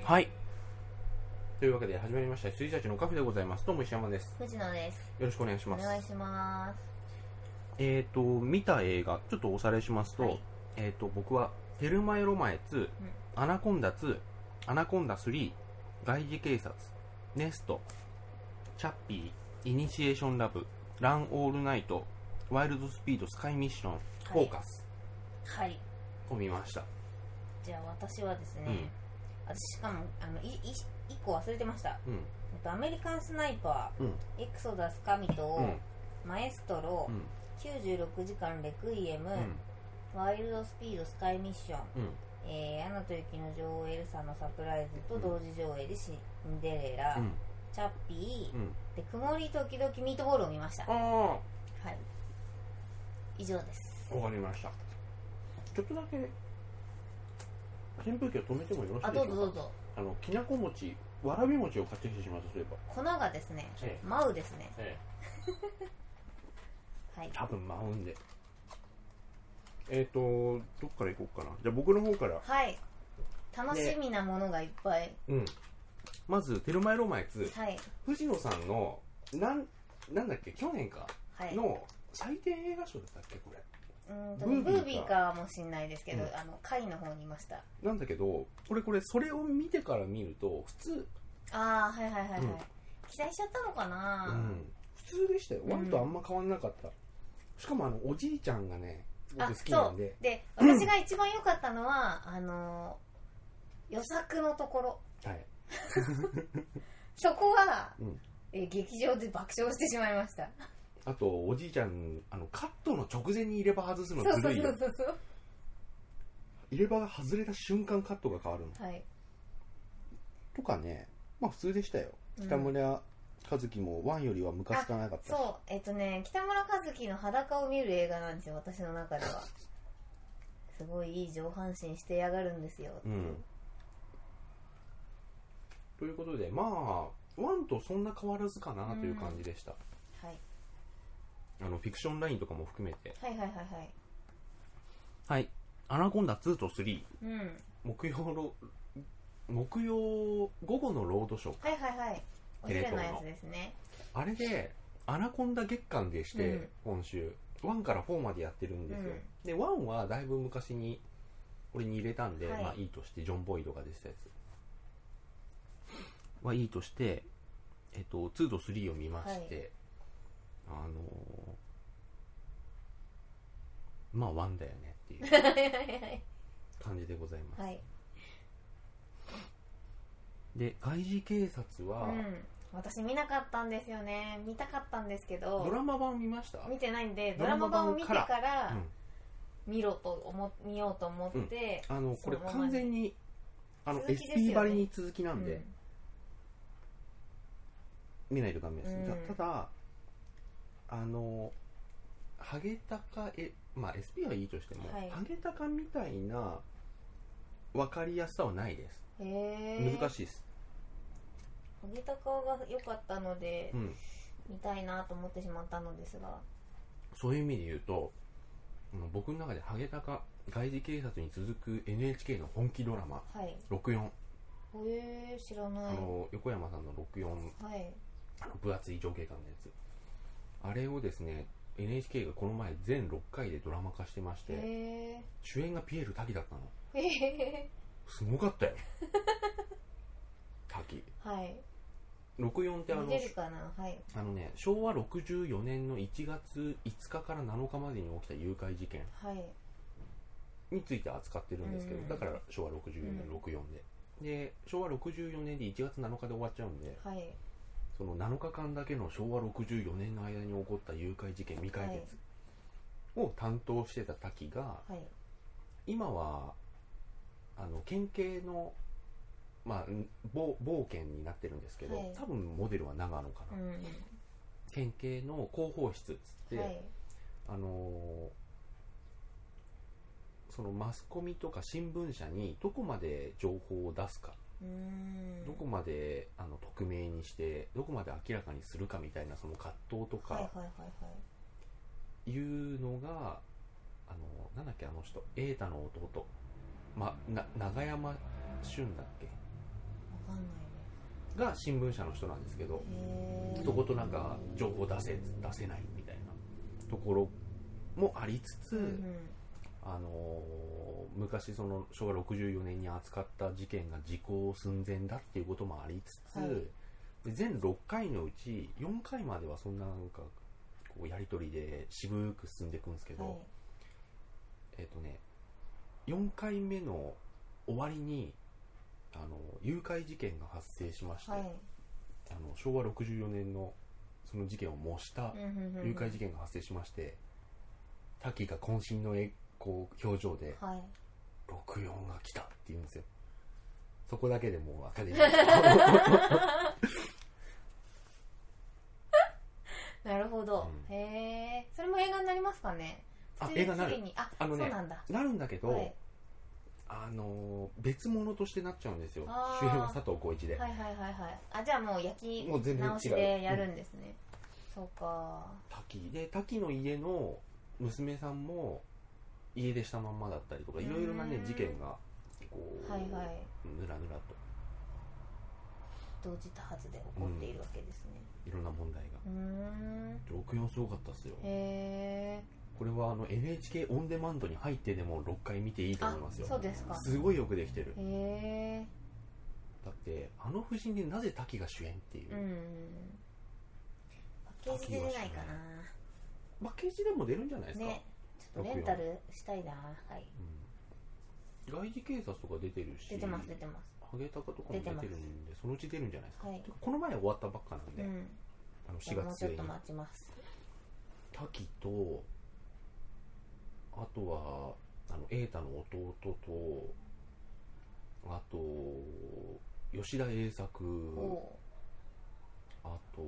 はい。というわけで始まりました羊たちのカフェでございます。どうも石山です。 藤野です。 よろしくお願いします。 お願いします。 見た映画ちょっとおさらいしますと、 はい、 僕はテルマエロマエ2、アナコンダ2、アナコンダ3、外事警察、ネスト、チャッピー、イニシエーションラブ、ランオールナイト、ワイルドスピードスカイミッション、フォーカスを見ました。 じゃあ私はですね、私しかも1個忘れてました。アメリカンスナイパー、エクソダスカミト、マエストロ、96時間レクイエム、ワイルドスピードスカイミッション、アナと雪の女王エルサのサプライズと同時上映でシンデレラ、チャッピー、で曇り時々ミートボールを見ました。はい、以上です。 わかりました。ちょっとだけ扇風機を止めてもよろしいでしょうか。 どうぞどうぞ。 きなこ餅、わらび餅を買ってきてしまった。そういえば粉がですね、舞うですね。はい、 多分舞うんで、どっから行こうかな。じゃあ僕の方から。 はい、楽しみなものがいっぱい。 まずテルマエロマエ2、 はい、 藤野さんのなんだっけ、去年かの最低映画賞だったっけ、これ。 ブービーかもしれないですけど、会の方にいました。 なんだけど、これそれを見てから見ると普通。 はいはいはいはい、期待しちゃったのかな。 普通でしたよ。ワンとあんま変わんなかった。しかもおじいちゃんがね、僕好きなんで。 で、私が一番良かったのは予作のところ。 はい。 そこは、劇場で爆笑してしまいました。 あとおじいちゃんカットの直前に入れ歯外すのずるいよ。 そう入れ歯が外れた瞬間カットが変わるの、とかね。まあ普通でしたよ。北村一輝もワンよりは昔からなかったし。 そう、北村一輝の裸を見る映画なんですよ、私の中では。すごいいい上半身してやがるんですよ。 ということで、まあワンとそんな変わらずかなという感じでした。フィクションラインとかも含めて。はい。アナコンダ2と3、木曜午後のロードショー。 お昼のやつですね。 あれでアナコンダ月間でして、今週1から4までやってるんですよ。で1はだいぶ昔に俺に入れたんで、まあいいとして、ジョン・ボイドが出てたやつはいいとして、2と3を見まして、まあ1だよねっていう感じでございます。で、外事警察は、 私見なかったんですよね。見たかったんですけど。 ドラマ版見ました？ 見てないんで、ドラマ版を見てから見ようと思って、 これ完全にSP ばりに続きなんで、見ないとダメです。ただハゲタカ、まあ SP はいいとしても、ハゲタカみたいな分かりやすさはないです。難しいです。 ハゲタカが良かったので、見たいなと思ってしまったのですが、 そういう意味で言うと、僕の中でハゲタカ、外事警察に続く NHK の本気ドラマ、64。 知らない。 横山さんの64、分厚い上下巻のやつ、あれをですね、NHK がこの前全6回でドラマ化してまして、主演がピエール滝だったの。すごかったよ。滝。64って見れるかな。 昭和64年の1月5日から7日までに起きた誘拐事件について扱ってるんですけど、だから昭和64年、64で昭和64年で1月7日で終わっちゃうんで、その7日間だけの昭和64年の間に起こった誘拐事件未解決を担当してた滝が、今は県警の、まあ、冒険になってるんですけど、多分モデルは長野かな、県警の広報室っつって、そのマスコミとか新聞社にどこまで情報を出すか、どこまで匿名にしてどこまで明らかにするかみたいな、その葛藤とかいうのが、なんだっけ、瑛太の弟、長山俊だっけ、 かんないが新聞社の人なんですけど、そことなんか情報出せないみたいなところもありつつ、昔その昭和64年に扱った事件が時効寸前だっていうこともありつつ、で全6回のうち4回まではそんななんかこうやり取りで渋く進んでいくんですけど、4回目の終わりに誘拐事件が発生しまして、昭和64年のその事件を模した誘拐事件が発生しまして、滝が渾身のこう表情で、64が来たって言うんですよ。そこだけでもうアカデミーなるほど、へえ。それも映画になりますかね。 映画になる。 そうなんだ。 なるんだけど、別物としてなっちゃうんですよ。主演は佐藤浩市で。 じゃあもう焼き直しでやるんですね。そうか。 滝の家の娘さんも家出したまんまだったりとか、いろいろなね事件がこう、ぬらぬらと同時多発で起こっているわけですね。 いろんな問題が。64すごかったっすよ。これはNHK オンデマンドに入ってでも6回見ていいと思いますよ。 そうですか。 すごいよくできてる。だって夫人でなぜ滝が主演っていう。 パッケージで出ないかな。 パッケージでも出るんじゃないですか。 ね、ちょっとレンタルしたいな。 外事警察とか出てるし、 出てます。 ハゲタカとかも出てるんで、そのうち出るんじゃないですか。この前終わったばっかなんで、4月末に。もうちょっと待ちます。滝と、あとは瑛太の弟と、あと吉田栄作、あと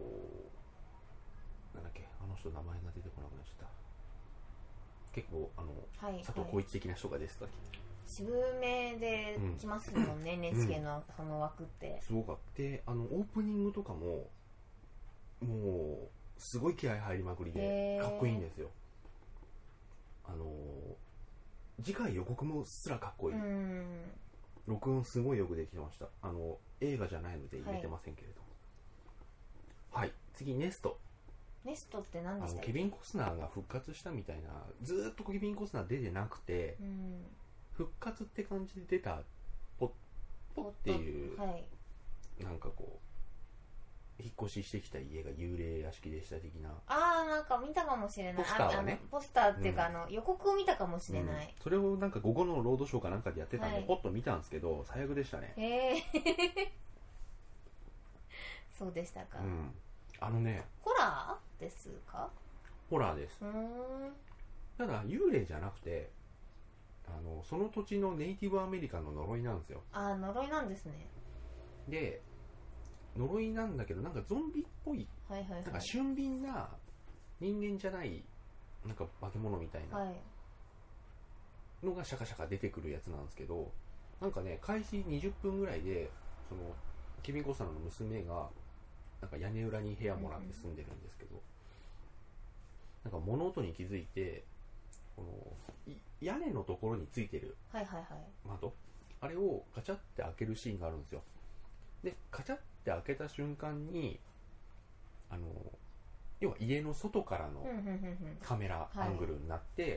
なんだっけ、人名前が出てこなくなっちゃった。結構佐藤浩市的な人が出てたっけ。 渋めで来ますもんね、NHK のその枠って。 すごかった。オープニングとかももうすごい気合入りまくりでかっこいいんですよ。次回予告もすらかっこいい。録音すごいよくできてました。映画じゃないので入れてませんけれども。次ネスト。 ネストって何でしたっけ。 ケビン・コスナーが復活したみたいな。ずっとケビン・コスナー出てなくて、復活って感じで出たポっていう、なんかこう引っ越ししてきた家が幽霊屋敷でした的な。 なんか見たかもしれない。 ポスターをね、 ポスターっていうか、予告を見たかもしれない。 それをなんか午後のロードショーかなんかでやってたんで、ポッと見たんですけど最悪でしたね。 そうでしたか。 ホラーですか。 ホラーです。ただ幽霊じゃなくてその土地のネイティブアメリカンの呪いなんですよ。 呪いなんですね。で呪いなんだけどなんかゾンビっぽい、なんか俊敏な人間じゃないなんか化け物みたいなのがシャカシャカ出てくるやつなんですけど、なんかね開始20分ぐらいでそのケビン・コスナーの娘がなんか屋根裏に部屋もらって住んでるんですけど、なんか物音に気づいてこの屋根のところについてる窓、あれをガチャって開けるシーンがあるんですよ。でガチャって開けた瞬間に要は家の外からのカメラアングルになって、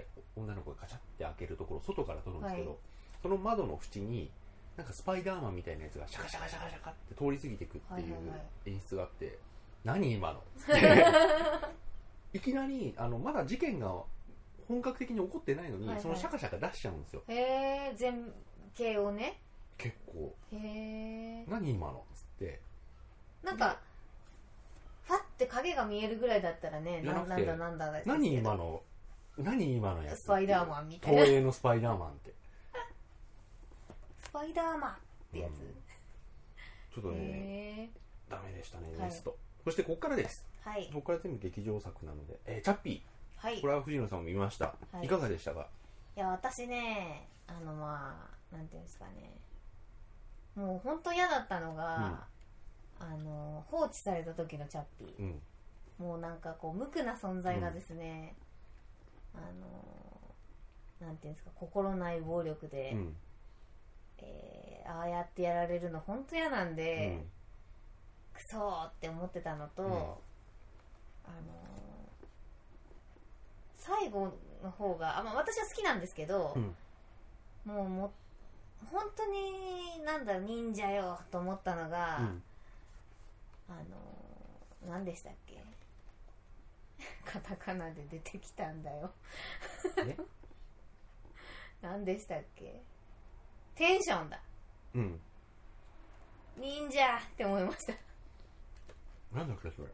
女の子がガチャって開けるところを外から撮るんですけど、その窓の縁になんかスパイダーマンみたいなやつがシャカシャカシャカシャカって通り過ぎていくっていう演出があって、何今のいきなりまだ事件が本格的に起こってないのに、そのシャカシャカ出しちゃうんですよ。 全景をね。 結構何今のつってなんかファって影が見えるぐらいだったらね、なんだ何今のやつ、 スパイダーマンみたいな、 東映のスパイダーマンってスパイダーマンってやつ、 ちょっとねダメでしたね、ネスト。そしてここからです。ここから全部劇場作なので、チャッピー、これは藤野さんも見ました、いかがでしたか。 いや私ねなんていうんですかね、もう本当嫌だったのが、放置された時のチャッピー、もうなんかこう無垢な存在がですね、なんていうんですか、心ない暴力で、 ああやってやられるの本当嫌なんで、クソーって思ってたのと、最後の方が私は好きなんですけど、もう本当になんだ忍者よと思ったのが、何でしたっけカタカナで出てきたんだよ何でしたっけテンションだ、忍者って思いましたなんだっけそれ。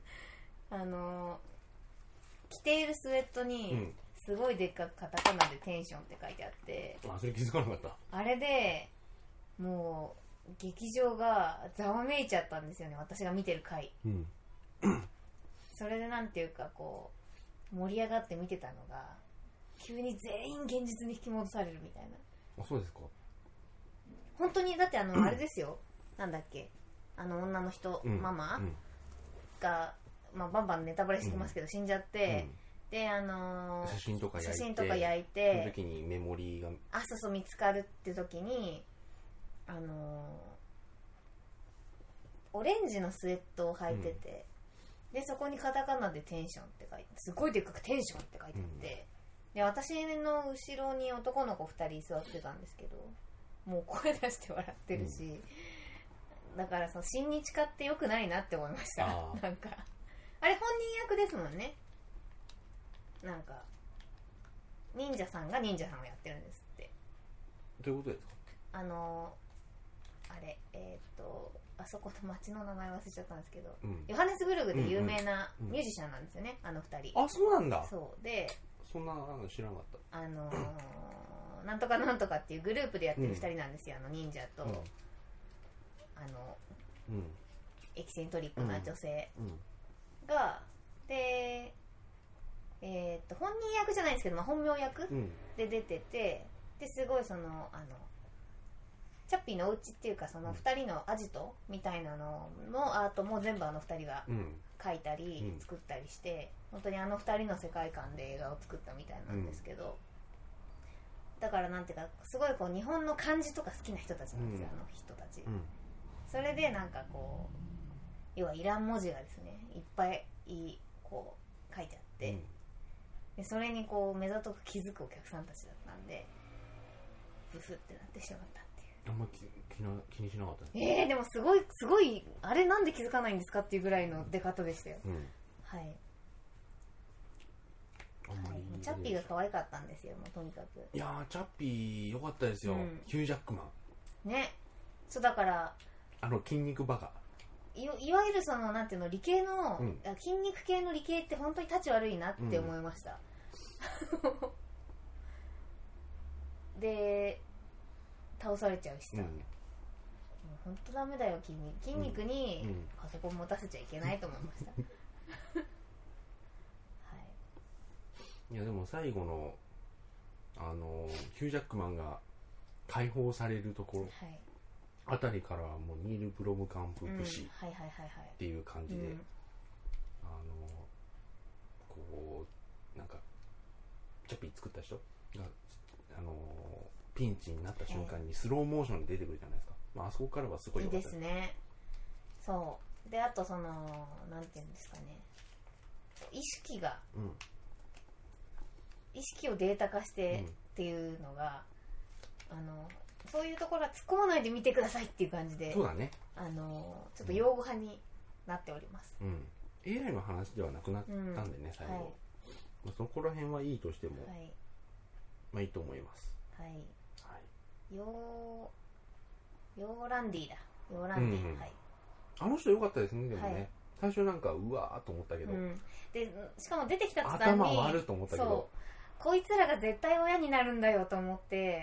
着ているスウェットにすごいでっかくカタカナでテンションって書いてあって、 それ気づかなかった。 あれでもう劇場がざわめいちゃったんですよね、私が見てる回、それでなんていうかこう盛り上がって見てたのが急に全員現実に引き戻されるみたいな。 そうですか。 本当にだってあれですよなんだっけ女の人、ママが、バンバンネタバレしてきますけど、死んじゃって、で写真とか焼いてその時にメモリーがそう見つかるって時にオレンジのスウェットを履いてて、でそこにカタカナでテンションって書いて、すごいでっかくテンションって書いてあって、で私の後ろに男の子2人座ってたんですけど、もう声出して笑ってるし、だから親日家って良くないなって思いました。なんかあれ本人役ですもんね。なんか忍者さんが忍者さんをやってるんですって。 どういうことですか。 あれあそこの町の名前忘れちゃったんですけど、ヨハネスブルグで有名なミュージシャンなんですよね、あの2人。 そうなんだ。 そうで、 そんな知らなかった。 なんとかなんとかっていうグループでやってる2人なんですよ、忍者と、エキセントリックな女性が、で本人役じゃないんですけど、本名役で出てて、ですごいチャッピーのお家っていうかその2人のアジトみたいなののアートも全部2人が描いたり作ったりして、本当に2人の世界観で映画を作ったみたいなんですけど、だからなんていうかすごいこう日本の漢字とか好きな人たちなんですよ、あの人たち、それでなんかこう要はいらん文字がですねいっぱいこう書いてあって、でそれにこう目ざとく気づくお客さんたちだったんでブフってなってしまったっていう。 あんま気にしなかった。 でもすごいあれなんで気づかないんですかっていうぐらいの出方でしたよ。はい。チャッピーが可愛かったんですよ、もうとにかく。 いやチャッピー良かったですよ、ヒュージャックマンね。そうだから筋肉バカ、 いわゆるなんていうの理系の、筋肉系の理系って本当に立ち悪いなって思いました、で倒されちゃうしさ、もう本当ダメだよ筋肉にパソコン持たせちゃいけないと思いましたいやでも最後のヒュージャックマンが解放されるところ、あたりからもうニール・ブロムカンプ節っていう感じで、こうなんかチャッピー作った人がピンチになった瞬間にスローモーションで出てくるじゃないですか、あそこからはすごい良かったですね。そうで、あとなんていうんですかね、意識をデータ化してっていうのが、そういうところは突っ込まないで見てくださいっていう感じで、 そうだね、 ちょっと用語派になっております、 AI の話ではなくなったんでね、最後、そこら辺はいいとしても、いいと思います。 ヨーランディだ、ヨーランディ、 あの人良かったですね、でもね、最初なんかうわーと思ったけど、 でしかも出てきた途端に頭悪いと思ったけど、 こいつらが絶対親になるんだよと思って、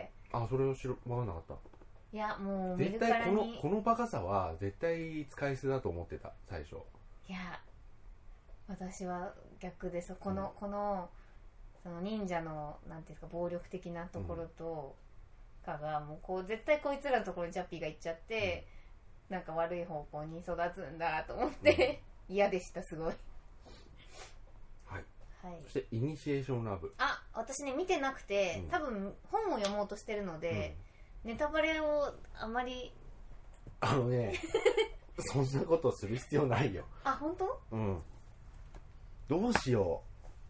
それを分からなかった。 いやもう絶対このバカさは絶対使い捨てだと思ってた最初。 いや私は逆で、このその忍者のなんていうんですか暴力的なところとかが、もうこう絶対こいつらのところにチャッピーが行っちゃって、なんか悪い方向に育つんだと思って、嫌でした、すごい。 そしてイニシエーションラブ、 私ね見てなくて、多分本を読もうとしてるので、 ネタバレをあまりそんなことする必要ないよ。 あ、本当？ うん。どうしよ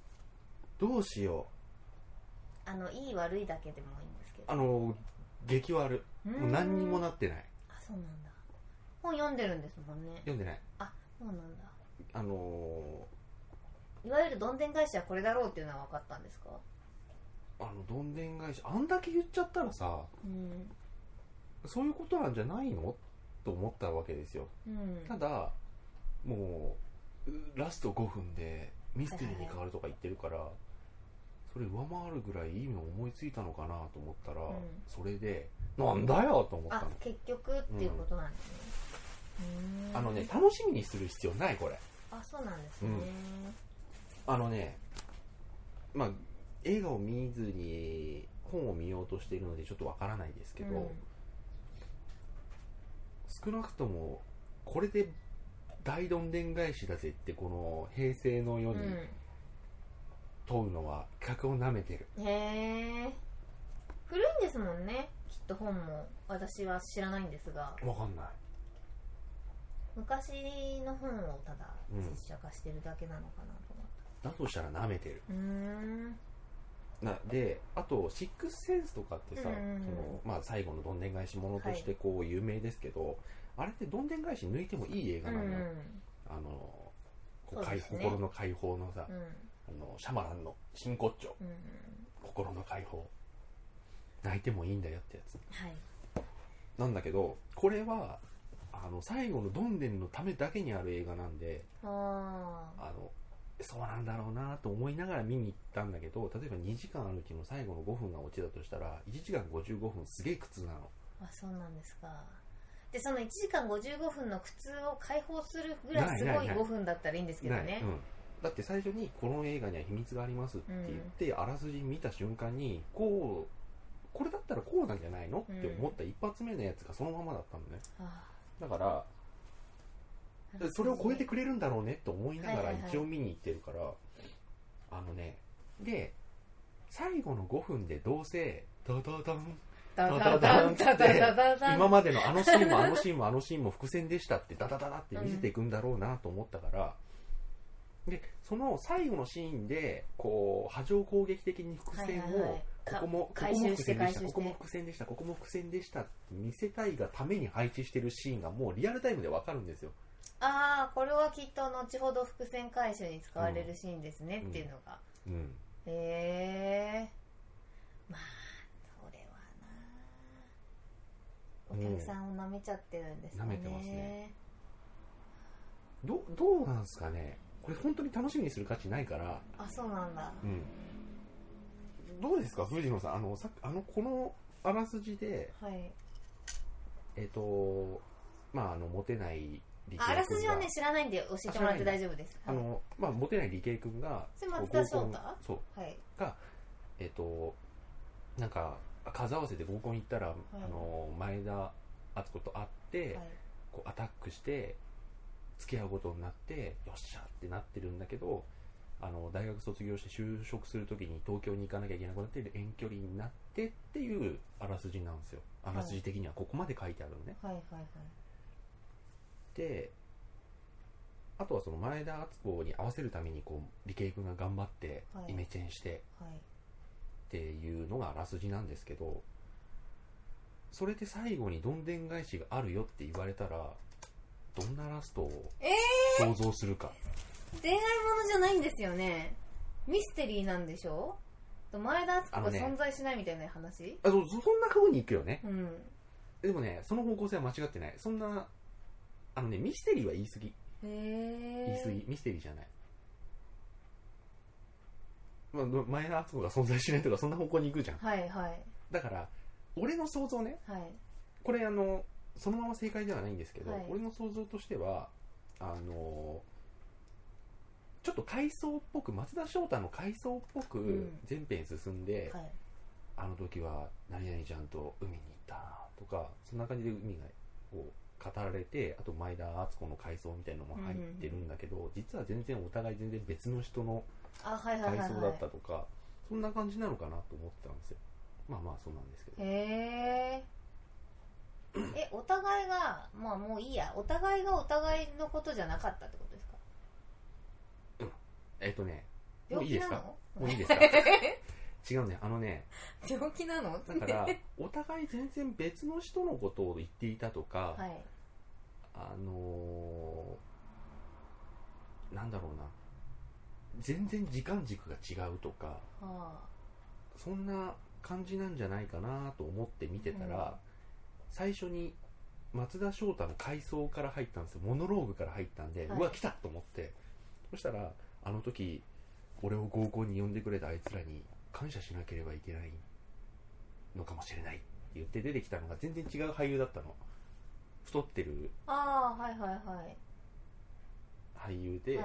う。 いい悪いだけでもいいんですけど。 激悪。もう何にもなってない。 あ、そうなんだ。本読んでるんですもんね。 読んでない。 あ、そうなんだ。いわゆるどんでん返しはこれだろうっていうのは分かったんですか？ どんでん返し、あんだけ言っちゃったらさ、そういうことなんじゃないのと思ったわけですよ。ただもうラスト5分でミステリーに変わるとか言ってるから、それ上回るぐらいいいの思いついたのかなと思ったら、それでなんだよと思ったの。 結局っていうことなんですね。 楽しみにする必要ないこれ。 あ、そうなんですね。 まあ映画を見ずに本を見ようとしているのでちょっとわからないですけど、少なくともこれで大どんでん返しだぜってこの平成の世に問うのは客を舐めてる。 へー、古いんですもんね、きっと本も。私は知らないんですが。 わかんない。 昔の本をただ実写化してるだけなのかなと思った。 だとしたら舐めてる。で、あとシックスセンスとかってさ、最後のどんでん返しものとしてこう有名ですけど、あれってどんでん返し抜いてもいい映画なのよ。心の解放のさ、シャマランの真骨頂、心の解放、泣いてもいいんだよってやつ、なんだけど、これは最後のどんでんのためだけにある映画なんで、そうなんだろうなと思いながら見に行ったんだけど、例えば2時間あるうちの最後の5分が落ちだとしたら1時間55分すげえ苦痛なの。 あ、そうなんですか。で、その1時間55分の苦痛を解放するぐらいすごい5分だったらいいんですけどね。 だって最初にこの映画には秘密がありますって言って、あらすじ見た瞬間にこれだったらこうなんじゃないのって思った一発目のやつがそのままだったのね。だからそれを超えてくれるんだろうねと思いながら一応見に行ってるから、で最後の5分でどうせダダダンダダダンって今までのあのシーンもあのシーンもあのシーンも伏線でしたってダダダダって見せていくんだろうなと思ったから、でその最後のシーンでこう波状攻撃的に伏線をここも伏線でした、ここも伏線でした、ここも伏線でしたって見せたいがために配置してるシーンがもうリアルタイムでわかるんですよ。 ああ、これはきっと後ほど伏線回収に使われるシーンですねっていうのが。へえ。まあそれはな、お客さんを舐めちゃってるんですね。 舐めてますね。どうなんですかね。これ本当に楽しみにする価値ないから。 あ、そうなんだ。 どうですか藤野さん、このあらすじで、モテない理系君が、 あらすじはね知らないんで教えてもらって大丈夫です。 モテない理系君が、 それ松田翔太がなんか数合わせて合コン行ったら、前田敦子と会って、こうアタックして付き合うことになって、よっしゃってなってるんだけど、大学卒業して就職するときに東京に行かなきゃいけなくなって遠距離になってっていうあらすじなんですよ。あらすじ的にはここまで書いてあるのね。で、あとはその前田敦子に合わせるためにこう理系君が頑張ってイメチェンしてっていうのがあらすじなんですけど、それで最後にどんでん返しがあるよって言われたらどんなラストを想像するか。 恋愛ものじゃないんですよね。ミステリーなんでしょ。前田敦子が存在しないみたいな話、 そんな風にいくよね。でもね、その方向性は間違ってない。そんなミステリーは言い過ぎ。言い過ぎ。ミステリーじゃない。前田敦子が存在しないとかそんな方向に行くじゃん。だから俺の想像ね、これそのまま正解ではないんですけど、俺の想像としてはちょっと回想っぽく、松田翔太の回想っぽく前編進んで、あの時は何々ちゃんと海に行ったなとか、そんな感じで海がこう語られて、あと前田敦子の回想みたいなのも入ってるんだけど、実は全然お互い全然別の人の回想だったとか、そんな感じなのかなと思ってたんですよ。まあそうなんですけど。 お互いがまあもういいや、お互いがお互いのことじゃなかったってことですか？ もういいですか？もういいですか？違うね、 病気なの？ だからお互い全然別の人のことを言っていたとか、 はい、 なんだろうな、全然時間軸が違うとか、はあ、そんな感じなんじゃないかなと思って見てたら、最初に松田翔太の回想から入ったんですよ。モノローグから入ったんで、うわ来たと思って、そしたらあの時俺を合コンに呼んでくれたあいつらに感謝しなければいけないのかもしれないって言って出てきたのが全然違う俳優だったの。太ってる俳優で、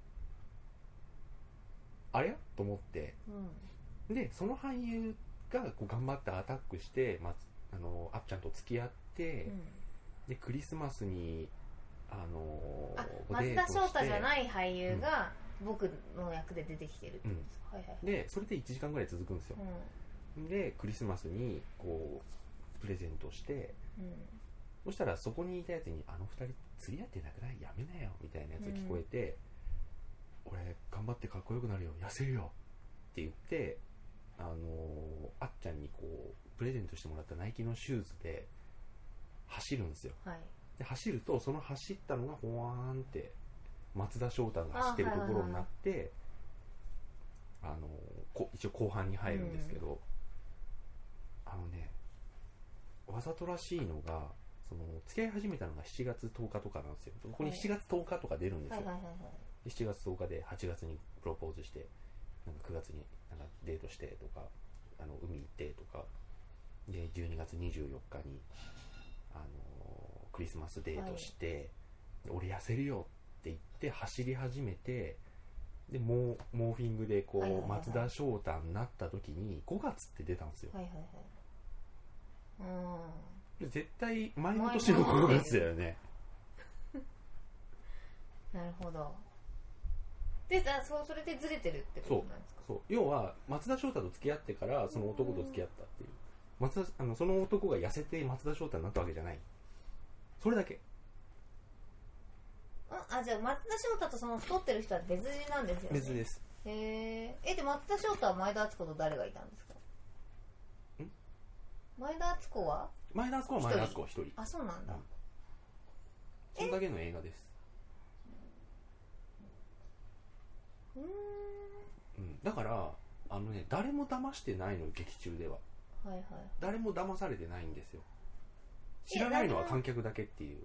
あれやと思って、でその俳優がこう頑張ってアタックしてあっちゃんと付き合って、でクリスマスに松田翔太じゃない俳優が、僕の役で出てきてるってことですか？ でそれで1時間ぐらい続くんですよ、でクリスマスにこうプレゼントして、そしたらそこにいたやつにあの2人釣り合ってなくない？やめなよみたいなやつが聞こえて、俺頑張ってかっこよくなるよ、痩せるよって言って、あっちゃんにこうプレゼントしてもらったナイキのシューズで走るんですよ、で走るとその走ったのがほわーんって松田翔太が走ってるところになって、一応後半に入るんですけど、わざとらしいのがその付き合い始めたのが7月10日とかなんですよ。ここに7月10日とか出るんですよ、で7月10日で8月にプロポーズして、なんか9月になんかデートしてとか、海行ってとかで、12月24日にクリスマスデートして、俺痩せるよって言って走り始めて、でモーフィングでこう、松田翔太になった時に5月って出たんですよ、絶対前の年の5月だよね。 なるほど。でそれでずれてるってことなんですか？ そう要は松田翔太と付き合ってからその男と付き合ったっていう、その男が痩せて松田翔太になったわけじゃない、それだけ。 じゃあ松田翔太とその太ってる人は別人なんですよね？ 別です。 で松田翔太は前田敦子と誰がいたんですか？前田敦子は前田敦子は 1人。 あ、そうなんだ、 そんだけの映画です。だから誰も騙してないの、劇中では、誰も騙されてないんですよ。知らないのは観客だけっていう、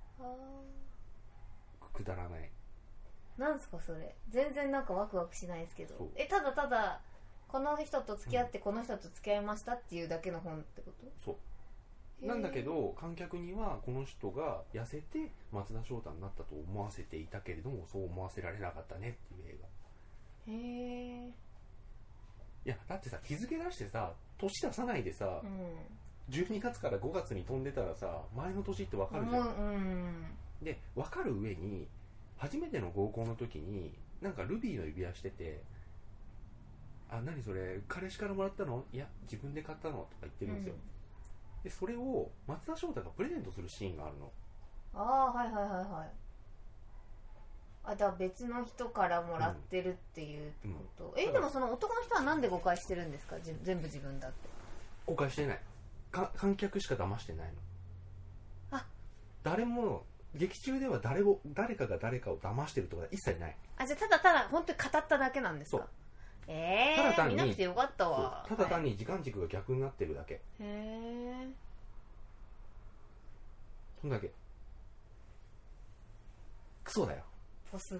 くだらない。 なんすかそれ、全然なんかワクワクしないですけど、ただただこの人と付き合って、この人と付き合いましたっていうだけの本ってこと？ そうなんだけど、観客にはこの人が痩せて松田翔太になったと思わせていたけれども、そう思わせられなかったねっていう映画。いやだってさ、日付出してさ、年出さないでさ、12月から5月に飛んでたらさ、前の年って分かるじゃん、で分かる上に、初めての合コンの時になんかルビーの指輪してて、何それ彼氏からもらったの？いや自分で買ったのとか言ってるんですよ、でそれを松田翔太がプレゼントするシーンがあるの。 じゃあ別の人からもらってるっていうこと、でもその男の人はなんで誤解してるんですか？全部自分だって。 誤解してない、観客しか騙してないの。誰も劇中では誰かが誰かを騙してるとか一切ない。 じゃあただただ本当に語っただけなんですか？ただ単に見なくてよかったわ。 ただ単に時間軸が逆になってるだけ。そんだけ。クソだよ。 ポス。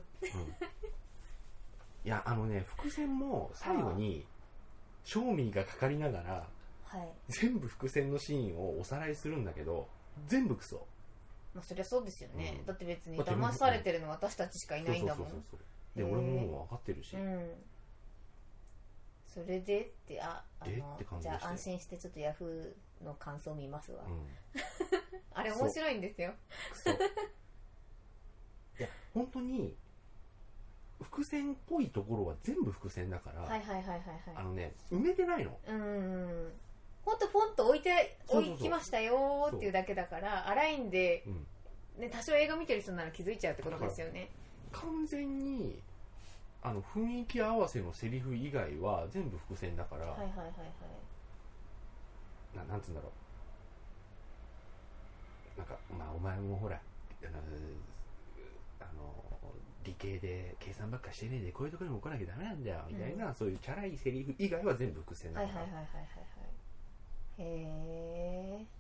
いや伏線も最後に正味がかかりながら、全部伏線のシーンをおさらいするんだけど、全部クソ。 そりゃそうですよね、だって別に騙されてるの私たちしかいないんだもん。 で俺ももう分かってるし、 それでってって感じでした。じゃあ安心してちょっとヤフーの感想見ますわ、あれ面白いんですよ。 クソ。いや本当に伏線っぽいところは全部伏線だから、埋めてないの。 ほんとポンと置いきましたよっていうだけだから、荒いんで、ね、多少映画見てる人なら気づいちゃうってことですよね。 完全に雰囲気合わせのセリフ以外は全部伏線だから、 はいはいはいはい、 なんつうんだろう、なんか、まあ、お前もほら理系で計算ばっかしてねえでこういうところにも来なきゃダメなんだよみたいな、そういうチャラいセリフ以外は全部伏線だから。 はいはいはいはいはい。へえ。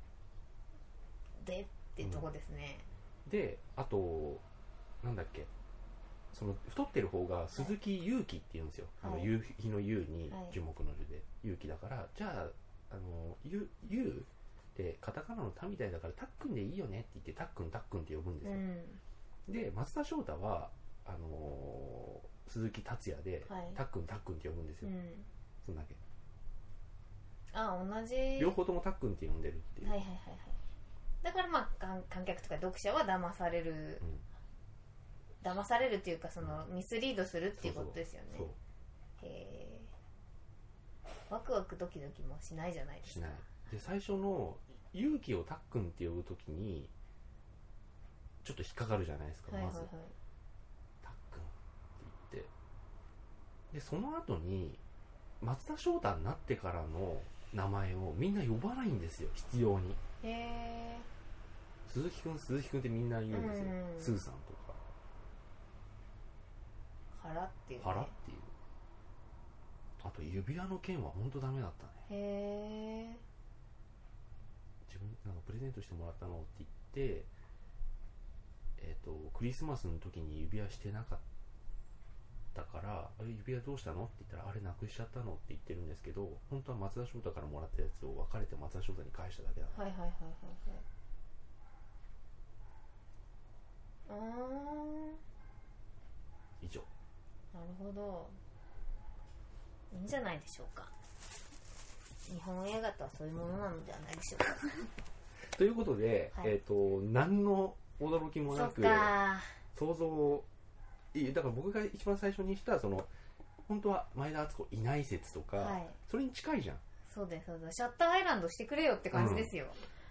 でってとこですね。 で、あとなんだっけ、その太ってる方が鈴木勇気っていうんですよ、夕日の夕に樹木の樹で勇気だから、じゃあゆってカタカナのタみたいだからタックンでいいよねって言ってタックンタックンって呼ぶんですよ、で松田翔太は鈴木達也で、タックンタックンって呼ぶんですよ、そんだけ。 同じ両方ともタックンって呼んでるっていう。 はいはいはいはい。だからまあ観客とか読者は騙される、騙されるっていうかそのミスリードするっていうことですよね。そうへー、ワクワクドキドキもしないじゃないですか。しない。 で最初の勇気をタックンって呼ぶときにちょっと引っかかるじゃないですか、まず、タックンって言って、でその後に松田翔太になってからの名前をみんな呼ばないんですよ、必要に。 へー、鈴木くん鈴木くんってみんな言うんですよ、スーさんとか原っていう、ね、 原っていう。あと指輪の件は本当ダメだったね。 へー、 自分なんかプレゼントしてもらったのって言って、クリスマスの時に指輪してなかったから指輪どうしたのって言ったらあれなくしちゃったのって言ってるんですけど、本当は松田翔太からもらったやつを別れて松田翔太に返しただけだから。 はいはいはいはいはい。 以上。 なるほど、いいんじゃないでしょうか。日本映画とはそういうものなのではないでしょうかということで、何の驚きもなく想像だから僕が一番最初にしたその本当は前田敦子いない説とか、それに近いじゃん。 そうですそうです。シャッターアイランドしてくれよって感じですよ、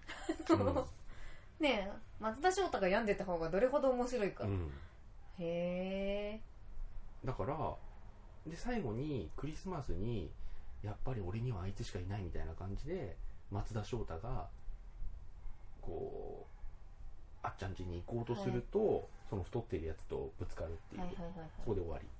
ねえ、松田翔太が病んでた方がどれほど面白いか、へえ。 だからで最後にクリスマスにやっぱり俺にはあいつしかいないみたいな感じで松田翔太がこうあっちゃん家に行こうとすると、その太ってるやつとぶつかるっていう、そこで終わり。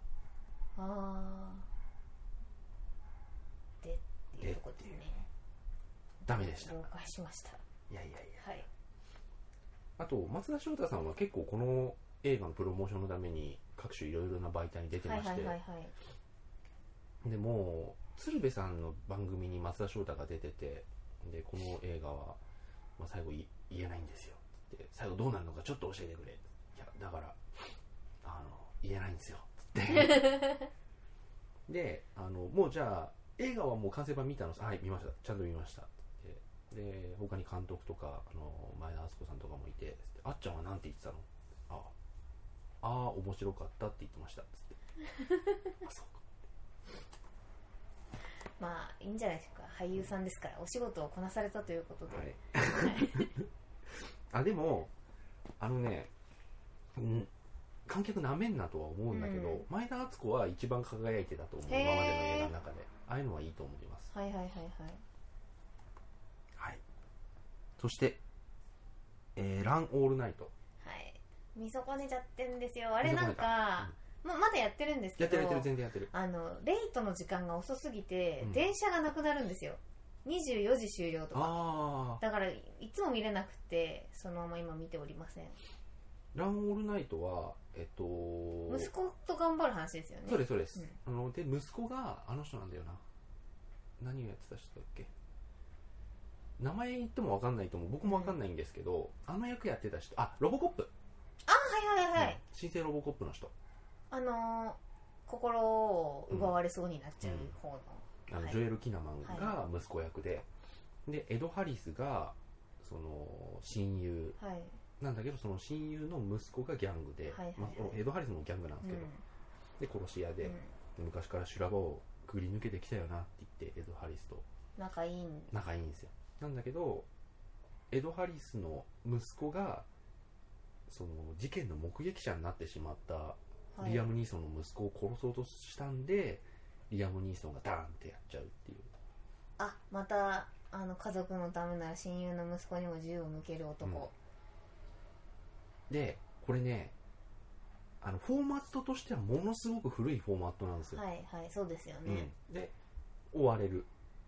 でっていうとこですね。 ダメでした。 了解しました。 いやいやいや、あと松田翔太さんは結構この映画のプロモーションのために各種いろいろな媒体に出てまして、でもう鶴瓶さんの番組に松田翔太が出てて、でこの映画は、最後言えないんですよって最後どうなるのかちょっと教えてくれ。いやだから言えないんですよってでもうじゃあ映画はもう完成版見たの？はい見ました、ちゃんと見ましたってで他に監督とか前田敦子さんとかもいて、あっちゃんはなんて言ってたの？面白かったって言ってましたっつってそうかまあいいんじゃないでしょうか。俳優さんですからお仕事をこなされたということで、 でも観客なめんなとは思うんだけど、前田敦子は一番輝いてたと思う、今までの映画の中で。ああいうのはいいと思います。 はいはいはいはいはい。そしてランオールナイト、 見損ねちゃってんですよあれ。なんかまだやってるんですけど、 やってる全然やってる。 レイトの時間が遅すぎて、電車がなくなるんですよ。24時終了とか。だからいつも見れなくてそのまま今見ておりません。 ランオールナイトは息子と頑張る話ですよね。 そうです、で息子があの人なんだよな。何をやってた人だっけ、名前言っても分かんないと思う。僕も分かんないんですけど、あの役やってた人、ロボコップ。 はいはいはい、 新生ロボコップの人、 心を奪われそうになっちゃう方の、 ジョエル・キナマンが息子役で、でエド・ハリスがその親友なんだけど、その親友の息子がギャングで、エド・ハリスもギャングなんですけど、で殺し屋で、昔から修羅場をくぐり抜けてきたよなって言ってエド・ハリスと仲いいんですよ。なんだけどエド・ハリスの息子がその事件の目撃者になってしまったリアム・ニーソンの息子を殺そうとしたんで、リアム・ニーソンがダーンってやっちゃうっていう。 また家族のためなら親友の息子にも銃を向ける男、 でこれねフォーマットとしてはものすごく古いフォーマットなんですよ。 はいはい、そうですよね、 で追われる、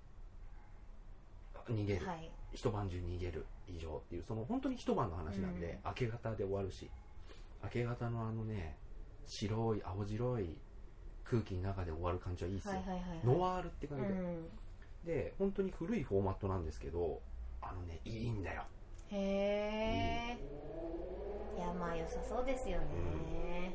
逃げる、 はい、 一晩中逃げる以上っていう、その本当に一晩の話なんで、明け方で終わるし、明け方の白い青白い空気の中で終わる感じはいいですよ、ノワールって感じで、で本当に古いフォーマットなんですけどいいんだよ。 へえ。いやまあ良さそうですよね、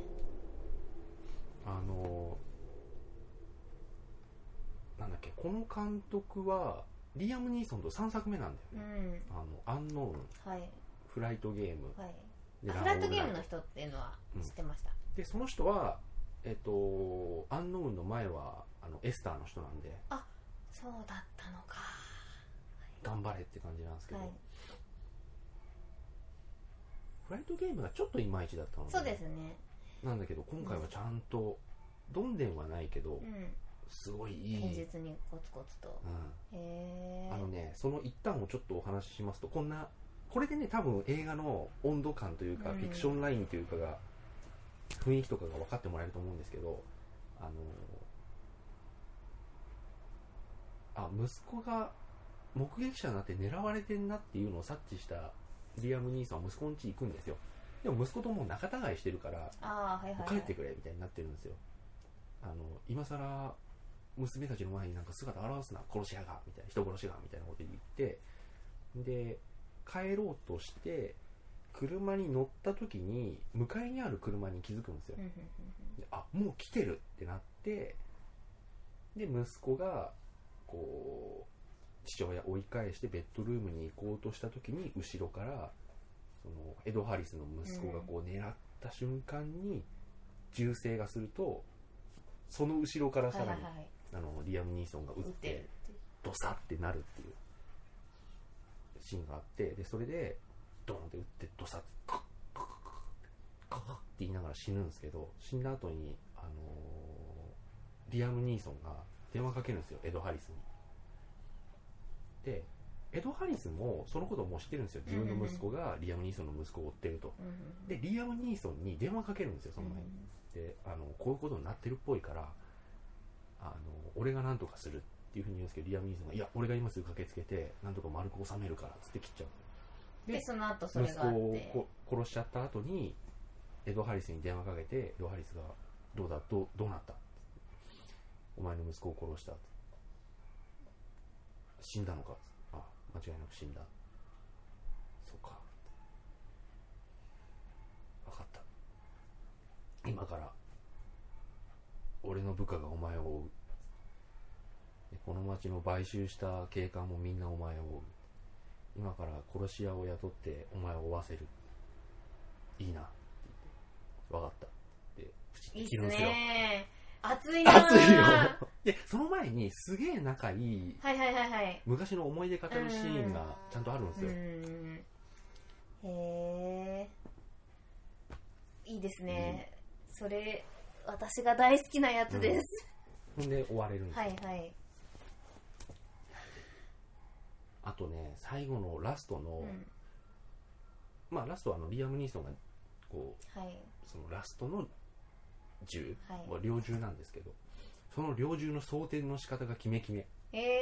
なんだっけ、この監督はリアム・ニーソンと3作目なんだよね、アンノーン、 はい、 フライトゲーム、 はい、フライトゲームの人っていうのは知ってました、 でその人はアンノーンの前はエスターの人なんで、 そうだったのか、 頑張れって感じなんですけど、 はい、 フライトゲームがちょっといまいちだったので、 そうですね、 なんだけど今回はちゃんと、どんでんはないけど、すごいいい、 堅実にコツコツと、へえ。その一端をちょっとお話ししますと、これでね多分映画の温度感というか、フィクションラインというかが雰囲気とかが分かってもらえると思うんですけど、息子が目撃者になって狙われてんなっていうのを察知したリアム・ニーソンは息子の家行くんですよ。でも息子ともう仲違いしてるから、帰ってくれみたいになってるんですよ。今さら娘たちの前になんか姿を現すな、殺し屋がみたいな、人殺しがみたいなこと言って、で帰ろうとして車に乗った時に向かいにある車に気づくんですよ。でもう来てるってなって、で息子がこう父親を追い返してベッドルームに行こうとした時に、後ろからそのエド・ハリスの息子がこう狙った瞬間に銃声がすると、その後ろからさらに、リアム・ニーソンが撃ってドサってなるっていうシーンがあって、でそれでドーンって撃ってドサってカッカッカッカッって言いながら死ぬんですけど、死んだ後にリアム・ニーソンが電話かけるんですよ、エド・ハリスに。でエド・ハリスもそのことをもう知ってるんですよ。自分の息子がリアム・ニーソンの息子を追ってると。でリアム・ニーソンに電話かけるんですよ、その前に。でこういうことになってるっぽいから俺が何とかするっていうふうに言うんですけど、リアム・ニーソンがいや俺が今すぐ駆けつけて何とか丸く収めるからっつって切っちゃう。 でその後それがあって、 息子を殺しちゃった後にエド・ハリスに電話かけて、エド・ハリスがどうなった、お前の息子を殺した、死んだのか、間違いなく死んだ、そうか、分かった、今から俺の部下がお前を追う、この町の買収した警官もみんなお前を追う、今から殺し屋を雇ってお前を追わせる、いいなって言って、分かったってプチって切るんですよ。いいっすね、 熱いな。熱いよ。 でその前にすげえ仲いい、昔の思い出語るシーンがちゃんとあるんですよ。 へえ、いいですね、それ私が大好きなやつです。 ほんで終われるんですよ。あとね、最後のラストの、ラストはリアム・ニーソンがこう、そのラストの銃、猟銃なんですけど、その猟銃の装填の仕方がキメキメ。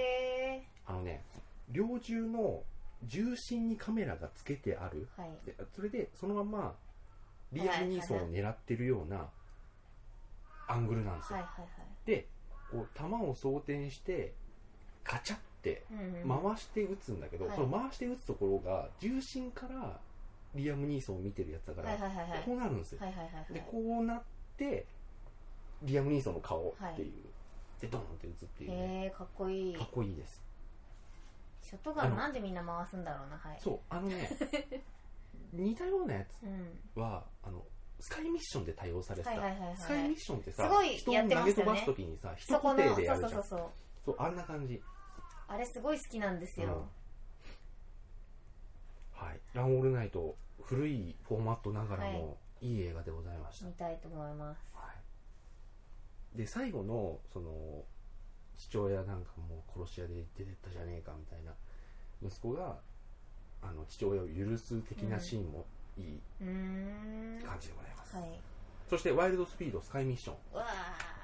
猟銃の重心にカメラがつけてある、でそれでそのままリアム・ニーソンを狙ってるようなアングルなんですよ。でこう弾を装填してカチャって回して撃つんだけど、その回して撃つところが重心からリアム・ニーソンを見てるやつだから、こうなるんですよ。でこうなってリアム・ニーソンの顔っていう、でドンって撃つっていうね。 かっこいい。 かっこいいです。 ショットガンなんでみんな回すんだろうな。 そう似たようなやつは、スカイミッションで多用されてた。スカイミッションってさ、人を投げ飛ばすときにさ、一固定でやるじゃん。そうあんな感じ。 あれすごい好きなんですよ、 はい、ランオールナイト古いフォーマットながらもいい映画でございました。 見たいと思います、 はい、で最後のその父親なんかもう殺し屋で出てったじゃねえかみたいな息子が父親を許す的なシーンもいい感じでございます、はい、そしてワイルドスピードスカイミッション、うわ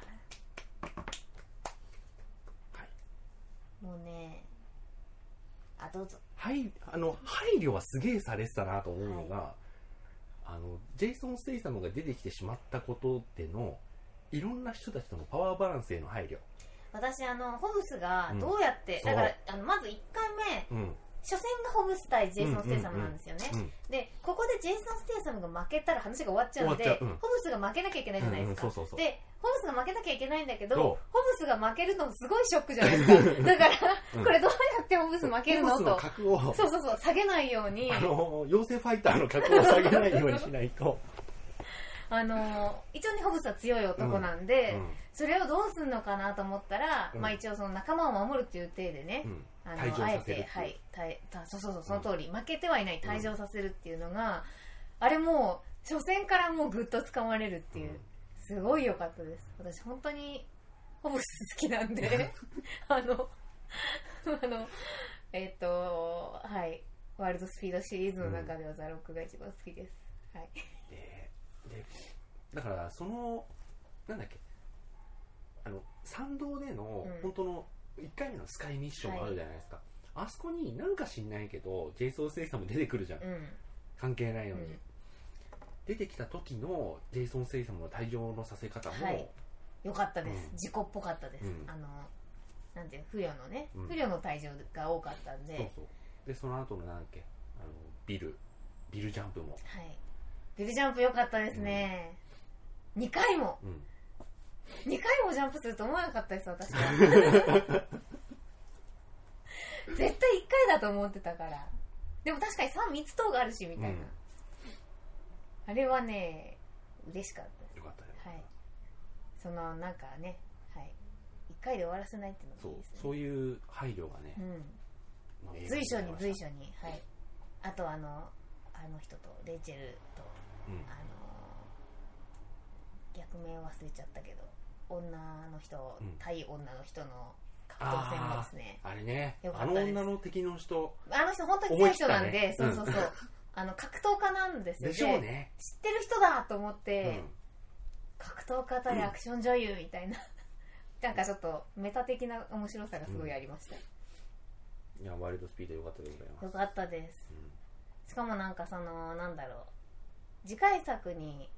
はい、もうねどうぞ。 はい、配慮はすげえされてたなと思うのが、はい、ジェイソン・ステイサムが出てきてしまったことでのいろんな人たちとのパワーバランスへの配慮。 私ホブスがどうやって、だからまず1回目、初戦がホブス対ジェイソン・ステイサムなんですよね、でここでジェイソン・ステイサムが負けたら話が終わっちゃうので、ホブスが負けなきゃいけないじゃないですか、でホブスが負けなきゃいけないんだけど、ホブスが負けるのすごいショックじゃないですかだからこれどうやってホブス負けるのと、そう下げないように妖精ファイターの格を下げないようにしないと一応ねホブスは強い男なんで、それをどうするのかなと思ったら、まあ一応その仲間を守るっていう体でね、あえて、はい、そうその通り、負けてはいない退場させるっていうのが、あれもう初戦からもうぐっと掴まれるっていう、すごい良かったです。私本当にホブス好きなんではい、ワイルドスピードシリーズの中ではザ・ロックが一番好きです。はい。 でだからなんだっけ参道での本当の1回目のスカイミッションがあるじゃないですか、はい、あそこになんか知んないけどジェイソン・ステイサム出てくるじゃん、関係ないのに、出てきた時のジェイソン・ステイサムの退場のさせ方も、 良かったです、事故っぽかったです、なんていう不慮のね、不慮の退場が多かったんで、 でその後のなんだっけビルジャンプも、 ビルジャンプ良かったですね、2回も、2回もジャンプすると思わなかったです私は絶対1回だと思ってたから。でも確かに3つ塔があるしみたいな、あれはね嬉しかったです。 よかったね、 はい、そのなんかね、はい、1回で終わらせないっていうのもいいですね。 そういう配慮がね、 随所に、はい、あと人とレイチェルと、逆名忘れちゃったけど女の人、対女の人の格闘戦もですね、 あれね、女の敵の人本当に強い人なんで、そう格闘家なんですよ。 でしょうね。 知ってる人だと思って、格闘家対アクション女優みたいななんかちょっとメタ的な面白さがすごいありました、いやワイルドスピード良かったでございます。 良かったです、しかもなんかなんだろう、次回作に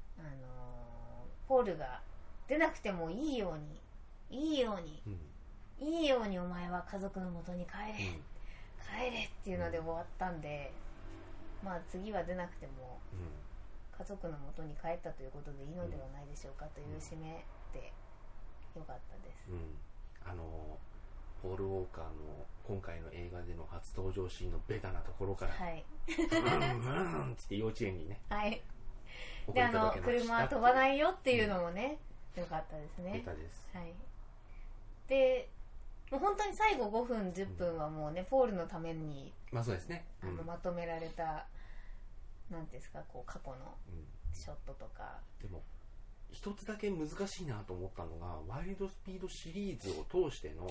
ポールが出なくてもいいように、お前は家族の元に帰れっていうので終わったんで、まあ次は出なくても家族の元に帰ったということでいいのではないでしょうかという締めでよかったです、 ポール・ウォーカーの今回の映画での初登場シーンのベタなところから、ブーンって幼稚園にね、 で車は飛ばないよっていうのもね、よかったですね。 ベタです。 でもう本当に最後5分10分はもうね、ポールのためにそうですね、 まとめられたなんていうんですか、こう過去のショットとか、 でも一つだけ難しいなと思ったのがワイルドスピードシリーズを通しての、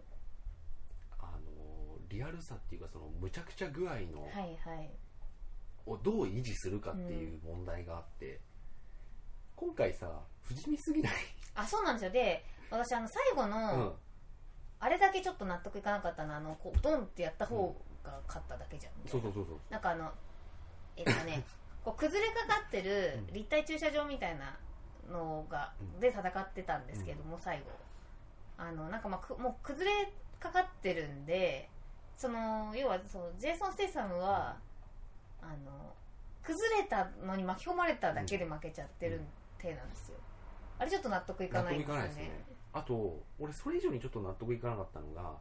リアルさっていうか、そのむちゃくちゃ具合の、をどう維持するかっていう問題があって、今回さ不死身すぎない？ そうなんですよ。で私最後の、あれだけちょっと納得いかなかったのは、こうドンってやった方が勝っただけじゃん、 そうなんかこう崩れかかってる立体駐車場みたいなのがで戦ってたんですけども、最後なんかもう崩れかかってるんで、要はジェイソン・ステイサムは崩れたのに巻き込まれただけで負けちゃってる体なんですよ。あれちょっと納得いかないんですよね。 あと俺それ以上にちょっと納得いかなかったのが、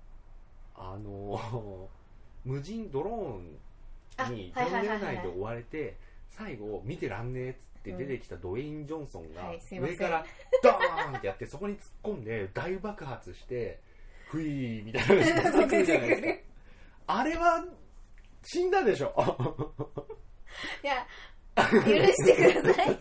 無人ドローンにトンネル内で追われて、最後見てらんねえっつって出てきたドウェイン・ジョンソンが上からドーンってやってそこに突っ込んで大爆発して、 ふいみたいな出てくるじゃないですか。あれは死んだでしょ。 いや許してください。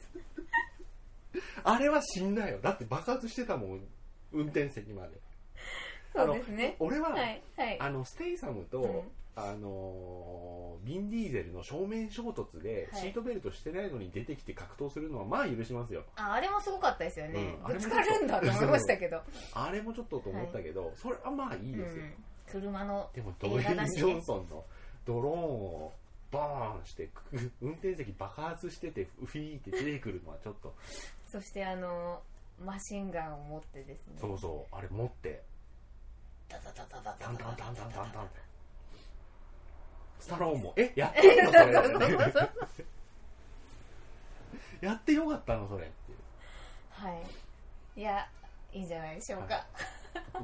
あれは死んだよ。だって爆発してたもん、運転席まで。 そうですね。 俺は、 はいはい、 ステイサムと、ビン・ディーゼルの正面衝突でシートベルトしてないのに出てきて格闘するのはまあ許しますよ。 あれもすごかったですよね。ぶつかるんだと思いましたけど。 あれもちょっとと思ったけど、それはまあいいですよ。 車のでもドウェイン・ジョンソンのドローンをバーンして運転席爆発しててフィーって出てくるのはちょっと。 そしてマシンガンを持ってですね。 そうそう、あれ持ってダダダダダダンダンダンダンダンダンって。スタローンもやってんのそれやってよかったのそれっていう。 はい、いやいいんじゃないでしょうか。はい、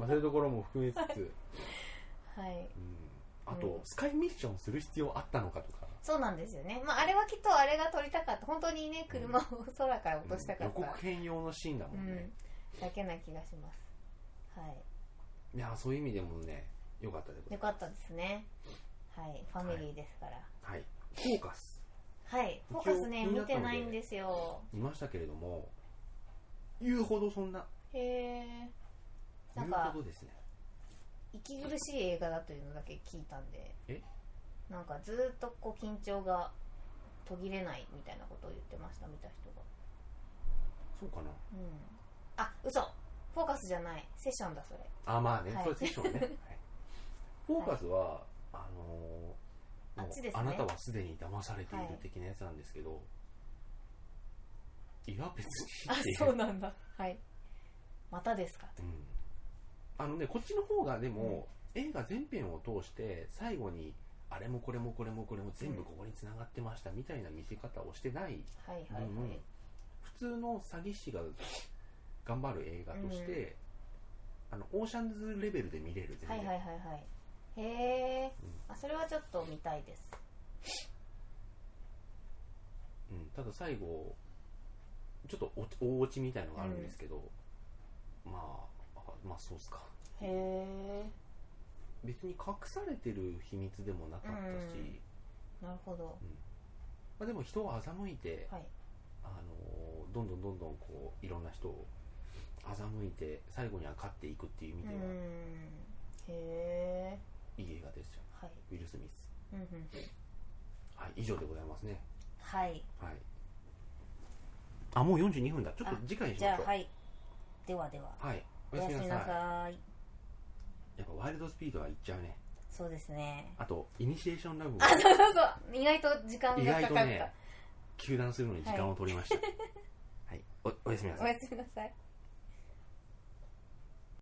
まあそういうところも含めつつはい、 あと、スカイミッションする必要あったのかとか。 そうなんですよね。まああれはきっとあれが撮りたかった。本当にね、車を空から落としたかった、 予告編用のシーンだもんね、 だけな気がします。はい。 いやそういう意味でもね、よかったでございます。 よかったですね。はい、ファミリーですから。 はい。フォーカス。 はい、フォーカスね見てないんですよ。 見ましたけれども、言うほどそんな。 へえ。なんか息苦しい映画だというのだけ聞いたんで。なんかずっとこう緊張が途切れないみたいなことを言ってました、見た人が。 そうかな。 あ、嘘。フォーカスじゃない。セッションだそれ。 あ、まあね、それセッションね。はい、フォーカスは、 あっちですね。 あなたはすでに騙されている的なやつなんですけど、いや別にっていう。 あ、そうなんだ。はい。またですかと。 こっちの方がでも、映画全編を通して最後にあれもこれもこれもこれも全部ここに繋がってましたみたいな見せ方をしてない分、普通の詐欺師が頑張る映画として、オーシャンズレベルで見れる。全然。はいはいはいはい。 へえ、それはちょっと見たいです。 ただ最後ちょっと大落ちみたいのがあるんですけど、まあそうっすか。 へえ。 別に隠されてる秘密でもなかったし、 なるほど。 まあ、でも人を欺いて、はい、どんどんこういろんな人を欺いて最後には勝っていくっていう意味では、 へえ、いい映画ですよ。はい、ウィル・スミス。はい、以上でございますね。 はい。 はい。あ、もう42分だ。ちょっと次回にしましょう。 じゃあ、はい。ではでは。 はい。 おやすみなさい。 やっぱワイルドスピードはいっちゃうね。 そうですね。 あとイニシエーションラブもそう。意外と時間がかかった。意外とね、糾弾するのに時間を取りました。はい、おやすみなさい。 おやすみなさい。